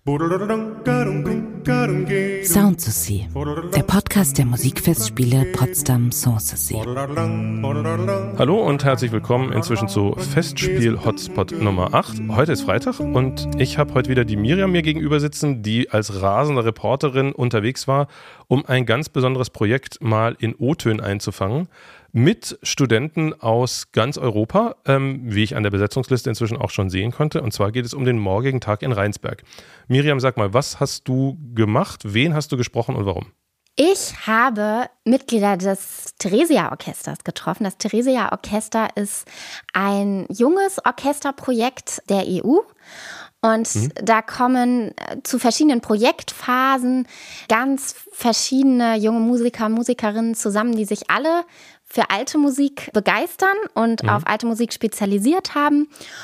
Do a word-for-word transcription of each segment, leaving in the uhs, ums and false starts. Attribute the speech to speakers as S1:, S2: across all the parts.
S1: Sanssouci, der Podcast der Musikfestspiele Potsdam Sanssouci.
S2: Hallo und herzlich willkommen inzwischen zu Festspiel-Hotspot Nummer acht. Heute ist Freitag und ich habe heute wieder die Miriam mir gegenüber sitzen, die als rasende Reporterin unterwegs war, um ein ganz besonderes Projekt mal in O-Tönen einzufangen. Mit Studenten aus ganz Europa, ähm, wie ich an der Besetzungsliste inzwischen auch schon sehen konnte. Und zwar geht es um den morgigen Tag in Rheinsberg. Miriam, sag mal, was hast du gemacht? Wen hast du gesprochen und warum?
S3: Ich habe Mitglieder des Theresia-Orchesters getroffen. Das Theresia-Orchester ist ein junges Orchesterprojekt der E U. Und mhm. da kommen zu verschiedenen Projektphasen ganz verschiedene junge Musiker, Musikerinnen zusammen, die sich alle für alte Musik begeistern und mhm. auf alte Musik spezialisiert haben.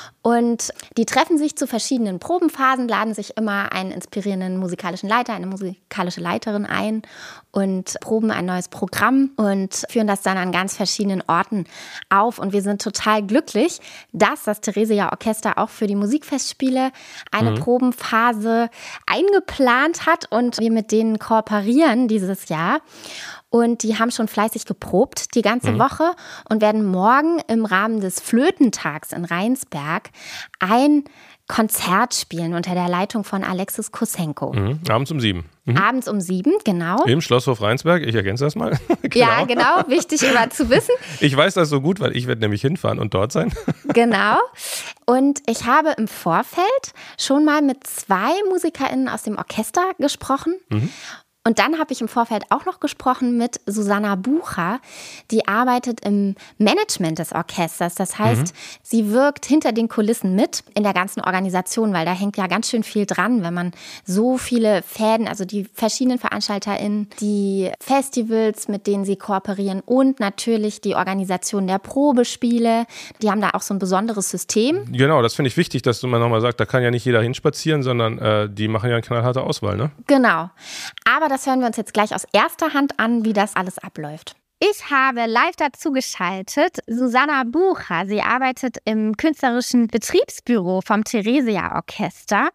S3: Und die treffen sich zu verschiedenen Probenphasen, laden sich immer einen inspirierenden musikalischen Leiter, eine musikalische Leiterin ein und proben ein neues Programm und führen das dann an ganz verschiedenen Orten auf. Und wir sind total glücklich, dass das Theresia-Orchester auch für die Musikfestspiele eine mhm. Probenphase eingeplant hat und wir mit denen kooperieren dieses Jahr. Und die haben schon fleißig geprobt die ganze mhm. Woche und werden morgen im Rahmen des Flötentags in Rheinsberg ein Konzert spielen unter der Leitung von Alexis Kosenko.
S2: Mhm. Abends um sieben. Mhm.
S3: Abends um sieben, genau.
S2: Im Schlosshof Rheinsberg, ich ergänze das mal.
S3: Genau. Ja, genau, wichtig immer zu wissen.
S2: Ich weiß das so gut, weil ich werde nämlich hinfahren und dort sein.
S3: Genau. Und ich habe im Vorfeld schon mal mit zwei MusikerInnen aus dem Orchester gesprochen. Mhm. Und dann habe ich im Vorfeld auch noch gesprochen mit Susanna Bucher, die arbeitet im Management des Orchesters. Das heißt, mhm. sie wirkt hinter den Kulissen mit in der ganzen Organisation, weil da hängt ja ganz schön viel dran, wenn man so viele Fäden, also die verschiedenen VeranstalterInnen, die Festivals, mit denen sie kooperieren und natürlich die Organisation der Probespiele, die haben da auch so ein besonderes System.
S2: Genau, das finde ich wichtig, dass du mal nochmal sagst, da kann ja nicht jeder hinspazieren, sondern äh, die machen ja eine knallharte Auswahl, ne?
S3: Genau. Aber das Das hören wir uns jetzt gleich aus erster Hand an, wie das alles abläuft. Ich habe live dazu geschaltet Susanna Bucher. Sie arbeitet im künstlerischen Betriebsbüro vom Theresia-Orchester.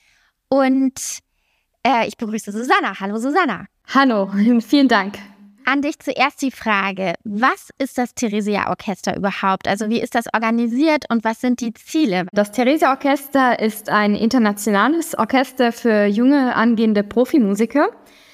S3: Und äh, ich begrüße Susanna. Hallo Susanna.
S4: Hallo, vielen Dank.
S3: An dich zuerst die Frage, was ist das Theresia-Orchester überhaupt? Also wie ist das organisiert und was sind die Ziele?
S4: Das Theresia-Orchester ist ein internationales Orchester für junge, angehende Profimusiker.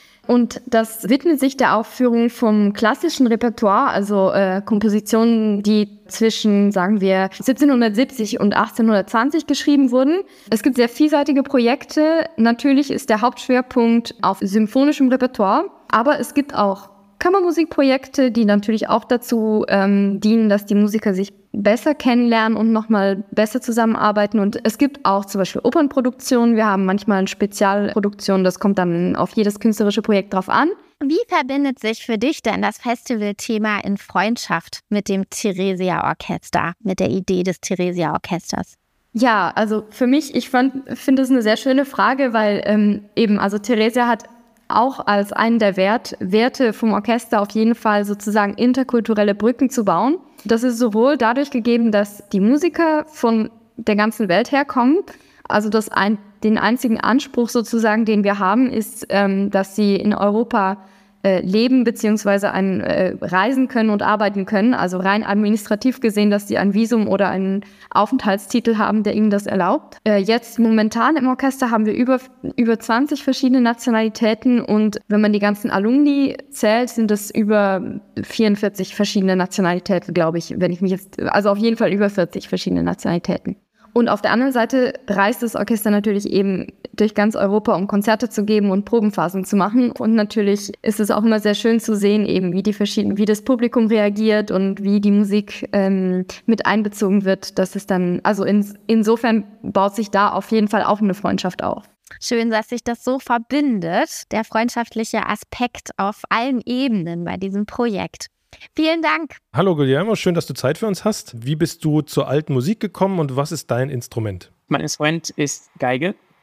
S4: Und das widmet sich der Aufführung vom klassischen Repertoire, also äh, Kompositionen, die zwischen, sagen wir, siebzehnhundertsiebzig und achtzehnhundertzwanzig geschrieben wurden. Es gibt sehr vielseitige Projekte. Natürlich ist der Hauptschwerpunkt auf symphonischem Repertoire, aber es gibt auch Kammermusikprojekte, die natürlich auch dazu ähm, dienen, dass die Musiker sich besser kennenlernen und nochmal besser zusammenarbeiten. Und es gibt auch zum Beispiel Opernproduktionen. Wir haben manchmal eine Spezialproduktion, das kommt dann auf jedes künstlerische Projekt drauf an.
S3: Wie verbindet sich für dich denn das Festivalthema in Freundschaft mit dem Theresia-Orchester, mit der Idee des Theresia-Orchesters?
S4: Ja, also für mich, ich finde es eine sehr schöne Frage, weil ähm, eben, also Theresia hat auch als einen der Wert, Werte vom Orchester auf jeden Fall sozusagen interkulturelle Brücken zu bauen. Das ist sowohl dadurch gegeben, dass die Musiker von der ganzen Welt herkommen. Also das ein, den einzigen Anspruch sozusagen, den wir haben, ist, ähm, dass sie in Europa äh, leben bzw. ein, äh, reisen können und arbeiten können. Also rein administrativ gesehen, dass sie ein Visum oder einen Aufenthaltstitel haben, der ihnen das erlaubt. Äh, jetzt momentan im Orchester haben wir über, über zwanzig verschiedene Nationalitäten und wenn man die ganzen Alumni zählt, sind es über vierundvierzig verschiedene Nationalitäten, glaube ich, wenn ich mich jetzt, also auf jeden Fall über vierzig verschiedene Nationalitäten. Und auf der anderen Seite reist das Orchester natürlich eben durch ganz Europa, um Konzerte zu geben und Probenphasen zu machen. Und natürlich ist es auch immer sehr schön zu sehen, eben wie die verschiedenen, wie das Publikum reagiert und wie die Musik ähm, mit einbezogen wird. Das ist dann, also in, insofern baut sich da auf jeden Fall auch eine Freundschaft auf.
S3: Schön, dass sich das so verbindet, der freundschaftliche Aspekt auf allen Ebenen bei diesem Projekt. Vielen Dank.
S2: Hallo Guillermo, schön, dass du Zeit für uns hast. Wie bist du zur alten Musik gekommen und was ist dein Instrument?
S5: Mein Instrument ist Geige.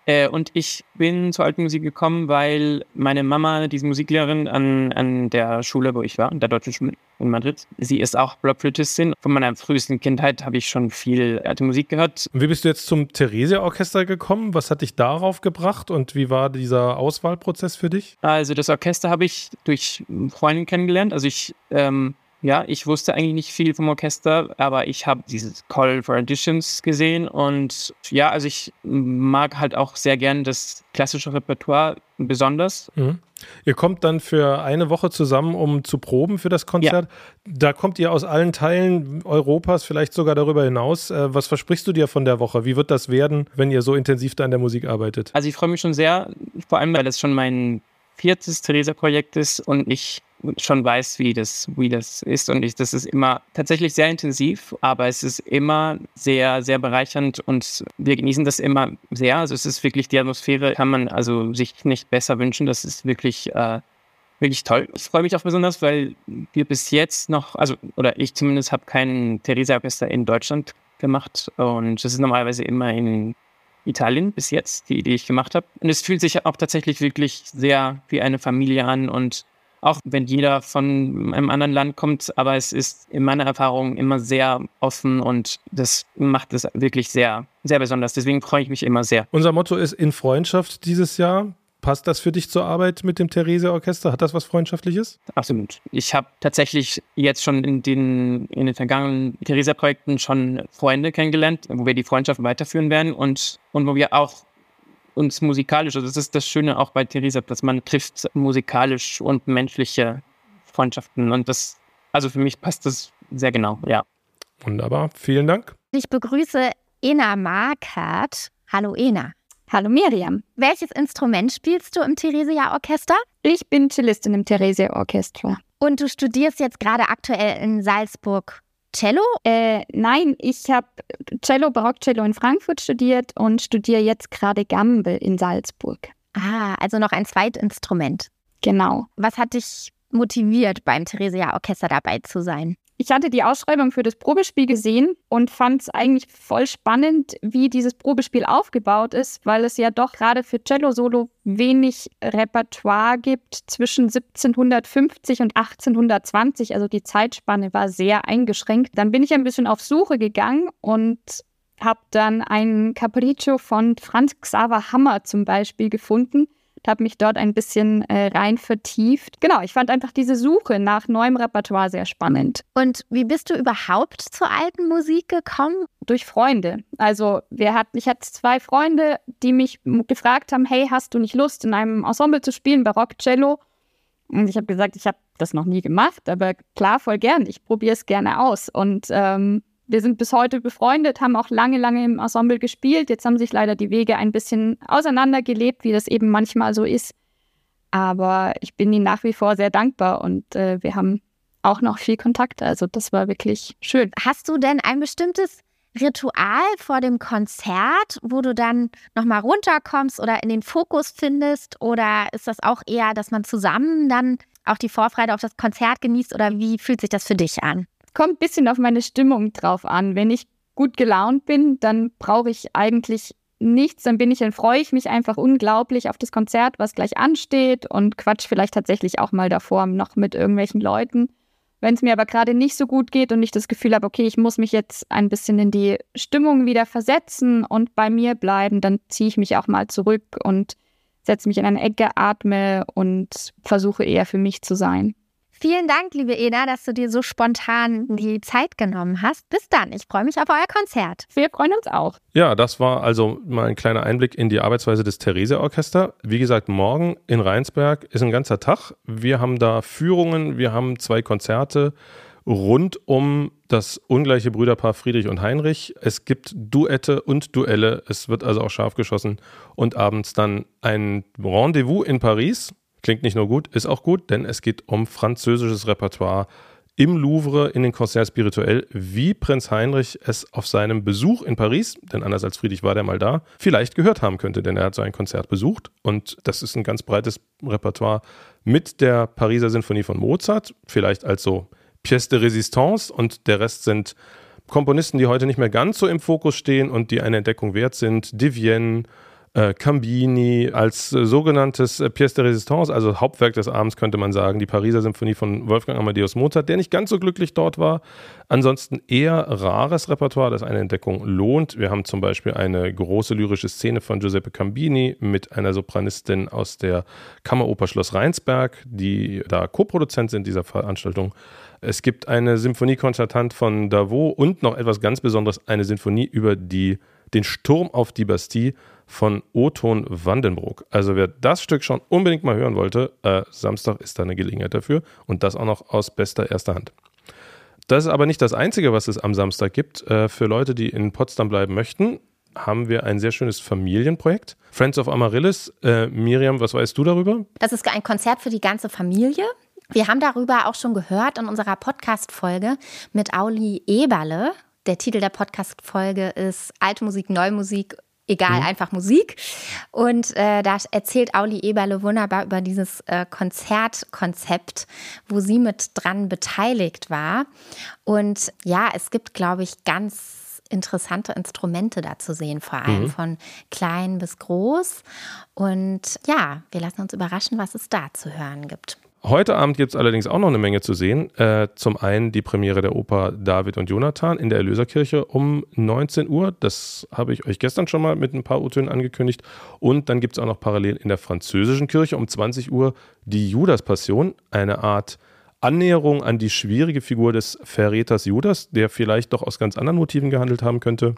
S5: Äh, und ich bin zur alten Musik gekommen, weil meine Mama, diese Musiklehrerin an, an der Schule, wo ich war, an der deutschen Schule in Madrid, sie ist auch Blockflötistin. Von meiner frühesten Kindheit habe ich schon viel alte Musik gehört.
S2: Wie bist du jetzt zum Theresia-Orchester gekommen? Was hat dich darauf gebracht und wie war dieser Auswahlprozess für dich?
S5: Also das Orchester habe ich durch Freunde kennengelernt. Also ich... Ähm, Ja, ich wusste eigentlich nicht viel vom Orchester, aber ich habe dieses Call for Auditions gesehen und ja, also ich mag halt auch sehr gern das klassische Repertoire besonders.
S2: Mhm. Ihr kommt dann für eine Woche zusammen, um zu proben für das Konzert. Ja. Da kommt ihr aus allen Teilen Europas, vielleicht sogar darüber hinaus. Was versprichst du dir von der Woche? Wie wird das werden, wenn ihr so intensiv da an der Musik arbeitet?
S5: Also ich freue mich schon sehr, vor allem, weil das schon mein viertes Theresia-Projekt ist und ich schon weiß, wie das, wie das ist. Und ich, das ist immer tatsächlich sehr intensiv, aber es ist immer sehr, sehr bereichernd und wir genießen das immer sehr. Also es ist wirklich, die Atmosphäre kann man also sich nicht besser wünschen. Das ist wirklich, äh, wirklich toll. Ich freue mich auch besonders, weil wir bis jetzt noch, also, oder ich zumindest habe kein Theresia-Orchester in Deutschland gemacht und das ist normalerweise immer in Italien bis jetzt, die, die ich gemacht habe. Und es fühlt sich auch tatsächlich wirklich sehr wie eine Familie an und auch wenn jeder von einem anderen Land kommt, aber es ist in meiner Erfahrung immer sehr offen und das macht es wirklich sehr, sehr besonders. Deswegen freue ich mich immer sehr.
S2: Unser Motto ist in Freundschaft dieses Jahr. Passt das für dich zur Arbeit mit dem Theresia-Orchester? Hat das was Freundschaftliches?
S5: Absolut. Ich habe tatsächlich jetzt schon in den, in den vergangenen Theresia-Projekten schon Freunde kennengelernt, wo wir die Freundschaft weiterführen werden und, und wo wir auch uns musikalisch, also das ist das Schöne auch bei Theresia, dass man trifft musikalisch und menschliche Freundschaften und das, also für mich passt das sehr genau, ja.
S2: Wunderbar, vielen Dank.
S3: Ich begrüße Ena Markert. Hallo Ena.
S6: Hallo Miriam.
S3: Welches Instrument spielst du im Theresia-Orchester?
S6: Ich bin Cellistin im Theresia-Orchester.
S3: Und du studierst jetzt gerade aktuell in Salzburg Cello?
S6: Äh, nein, ich habe Cello, Barockcello in Frankfurt studiert und studiere jetzt gerade Gambe in Salzburg.
S3: Ah, also noch ein Zweitinstrument.
S6: Genau.
S3: Was hat dich motiviert, beim Theresia-Orchester dabei zu sein?
S6: Ich hatte die Ausschreibung für das Probespiel gesehen und fand es eigentlich voll spannend, wie dieses Probespiel aufgebaut ist, weil es ja doch gerade für Cello-Solo wenig Repertoire gibt zwischen siebzehnhundertfünfzig und achtzehnhundertzwanzig. Also die Zeitspanne war sehr eingeschränkt. Dann bin ich ein bisschen auf Suche gegangen und habe dann ein Capriccio von Franz Xaver Hammer zum Beispiel gefunden. Habe mich dort ein bisschen äh, rein vertieft. Genau, ich fand einfach diese Suche nach neuem Repertoire sehr spannend.
S3: Und wie bist du überhaupt zur alten Musik gekommen?
S6: Durch Freunde. Also wir hatten, ich hatte zwei Freunde, die mich gefragt haben, hey, hast du nicht Lust, in einem Ensemble zu spielen, Barock-Cello? Und ich habe gesagt, ich habe das noch nie gemacht, aber klar, voll gern. Ich probiere es gerne aus. Und ähm, wir sind bis heute befreundet, haben auch lange, lange im Ensemble gespielt. Jetzt haben sich leider die Wege ein bisschen auseinandergelebt, wie das eben manchmal so ist. Aber ich bin ihnen nach wie vor sehr dankbar und äh, wir haben auch noch viel Kontakt. Also das war wirklich schön.
S3: Hast du denn ein bestimmtes Ritual vor dem Konzert, wo du dann nochmal runterkommst oder in den Fokus findest? Oder ist das auch eher, dass man zusammen dann auch die Vorfreude auf das Konzert genießt? Oder wie fühlt sich das für dich an?
S6: Kommt ein bisschen auf meine Stimmung drauf an. Wenn ich gut gelaunt bin, dann brauche ich eigentlich nichts. Dann bin ich, dann freue ich mich einfach unglaublich auf das Konzert, was gleich ansteht und quatsch vielleicht tatsächlich auch mal davor noch mit irgendwelchen Leuten. Wenn es mir aber gerade nicht so gut geht und ich das Gefühl habe, okay, ich muss mich jetzt ein bisschen in die Stimmung wieder versetzen und bei mir bleiben, dann ziehe ich mich auch mal zurück und setze mich in eine Ecke, atme und versuche eher für mich zu sein.
S3: Vielen Dank, liebe Ena, dass du dir so spontan die Zeit genommen hast. Bis dann, ich freue mich auf euer Konzert.
S6: Wir freuen uns auch.
S2: Ja, das war also mal ein kleiner Einblick in die Arbeitsweise des Theresia-Orchester. Wie gesagt, morgen in Rheinsberg ist ein ganzer Tag. Wir haben da Führungen, wir haben zwei Konzerte rund um das ungleiche Brüderpaar Friedrich und Heinrich. Es gibt Duette und Duelle, es wird also auch scharf geschossen und abends dann ein Rendezvous in Paris. Klingt nicht nur gut, ist auch gut, denn es geht um französisches Repertoire im Louvre in den Concerts Spirituels, wie Prinz Heinrich es auf seinem Besuch in Paris, denn anders als Friedrich war der mal da, vielleicht gehört haben könnte, denn er hat so ein Konzert besucht und das ist ein ganz breites Repertoire mit der Pariser Sinfonie von Mozart, vielleicht als so Pièce de Résistance und der Rest sind Komponisten, die heute nicht mehr ganz so im Fokus stehen und die eine Entdeckung wert sind, Devienne, äh, Cambini, als äh, sogenanntes äh, Pièce de Résistance, also Hauptwerk des Abends könnte man sagen, die Pariser Symphonie von Wolfgang Amadeus Mozart, der nicht ganz so glücklich dort war. Ansonsten eher rares Repertoire, das eine Entdeckung lohnt. Wir haben zum Beispiel eine große lyrische Szene von Giuseppe Cambini mit einer Sopranistin aus der Kammeroper Schloss Rheinsberg, die da Co-Produzent sind dieser Veranstaltung. Es gibt eine Symphonie Concertante von Davot und noch etwas ganz Besonderes, eine Sinfonie über die, den Sturm auf die Bastille von Othon Vandenbroek. Also wer das Stück schon unbedingt mal hören wollte, äh, Samstag ist da eine Gelegenheit dafür und das auch noch aus bester erster Hand. Das ist aber nicht das Einzige, was es am Samstag gibt. Äh, für Leute, die in Potsdam bleiben möchten, haben wir ein sehr schönes Familienprojekt. Friends of Amaryllis. Äh, Miriam, was weißt du darüber?
S3: Das ist ein Konzert für die ganze Familie. Wir haben darüber auch schon gehört in unserer Podcast-Folge mit Auli Eberle. Der Titel der Podcast-Folge ist Alte Musik, Neue Musik, egal, mhm. einfach Musik. Und äh, da erzählt Auli Eberle wunderbar über dieses äh, Konzertkonzept, wo sie mit dran beteiligt war. Und ja, es gibt, glaube ich, ganz interessante Instrumente da zu sehen, vor allem mhm. von klein bis groß. Und ja, wir lassen uns überraschen, was es da zu hören gibt.
S2: Heute Abend gibt es allerdings auch noch eine Menge zu sehen. Äh, zum einen die Premiere der Oper David und Jonathan in der Erlöserkirche um neunzehn Uhr. Das habe ich euch gestern schon mal mit ein paar O-Tönen angekündigt. Und dann gibt es auch noch parallel in der französischen Kirche um zwanzig Uhr die Judas-Passion, eine Art Annäherung an die schwierige Figur des Verräters Judas, der vielleicht doch aus ganz anderen Motiven gehandelt haben könnte.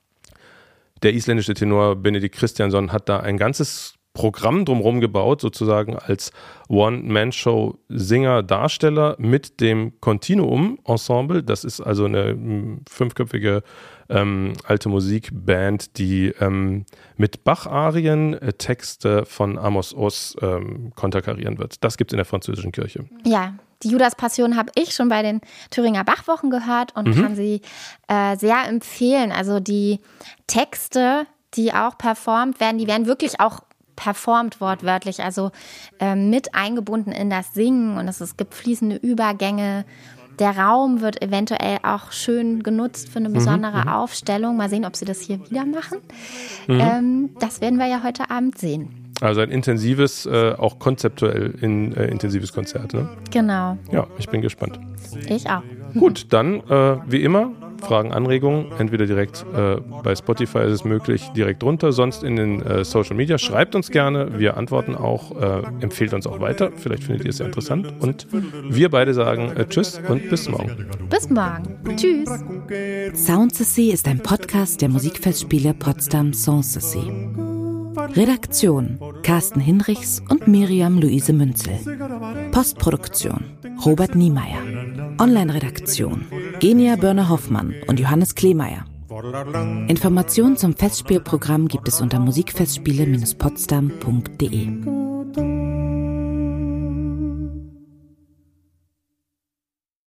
S2: Der isländische Tenor Benedikt Kristjansson hat da ein ganzes Programm drumherum gebaut, sozusagen als One-Man-Show Singer-Darsteller mit dem Continuum-Ensemble. Das ist also eine m, fünfköpfige ähm, alte Musikband, die ähm, mit Bach-Arien äh, Texte von Amos Oz ähm, konterkarieren wird. Das gibt es in der französischen Kirche.
S3: Ja, die Judas-Passion habe ich schon bei den Thüringer Bachwochen gehört und mhm. kann sie äh, sehr empfehlen. Also die Texte, die auch performt werden, die werden wirklich auch performt wortwörtlich, also äh, mit eingebunden in das Singen und es, es gibt fließende Übergänge. Der Raum wird eventuell auch schön genutzt für eine besondere mhm. Aufstellung. Mal sehen, ob sie das hier wieder machen. Mhm. Ähm, das werden wir ja heute Abend sehen.
S2: Also ein intensives, äh, auch konzeptuell in, äh, intensives Konzert, ne?
S3: Genau.
S2: Ja, ich bin gespannt.
S3: Ich auch.
S2: Gut, dann äh, wie immer, Fragen, Anregungen, entweder direkt äh, bei Spotify ist es möglich, direkt drunter, sonst in den äh, Social Media. Schreibt uns gerne, wir antworten auch, äh, empfehlt uns auch weiter, vielleicht findet ihr es ja interessant. Und wir beide sagen äh, Tschüss und bis morgen.
S3: Bis morgen. Tschüss.
S1: Soundsystem ist ein Podcast der Musikfestspiele Potsdam Sanssouci. Redaktion Carsten Hinrichs und Miriam Luise Münzel. Postproduktion Robert Niemeyer. Online-Redaktion Genia Börner-Hoffmann und Johannes Kleemeyer. Informationen zum Festspielprogramm gibt es unter musikfestspiele Bindestrich potsdam punkt de.